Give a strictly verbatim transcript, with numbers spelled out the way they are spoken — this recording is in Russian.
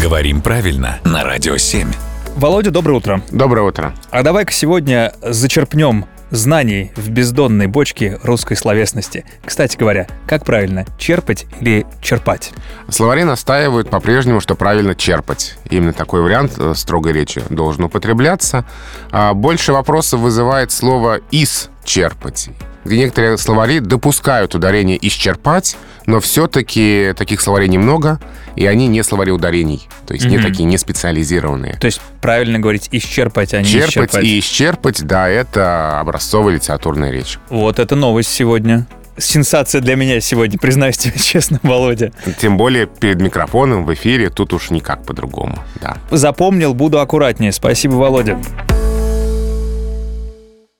Говорим правильно на Радио семь. Володя, доброе утро. Доброе утро. А давай-ка сегодня зачерпнем знаний в бездонной бочке русской словесности. Кстати говоря, как правильно, черпать или черпать? Словари настаивают по-прежнему, что правильно черпать. Именно такой вариант строгой речи должен употребляться. А больше вопросов вызывает слово «исчерпать», где некоторые словари допускают ударение «исчерпать», но все-таки таких словарей немного, и они не словари ударений, то есть mm-hmm. не такие, не специализированные. То есть правильно говорить «исчерпать», а не «Черпать» «исчерпать». и «исчерпать», да, это образцовая литературная речь. Вот это новость сегодня. Сенсация для меня сегодня, признаюсь тебе честно, Володя. Тем более перед микрофоном в эфире тут уж никак по-другому, да. Запомнил, буду аккуратнее. Спасибо, Володя.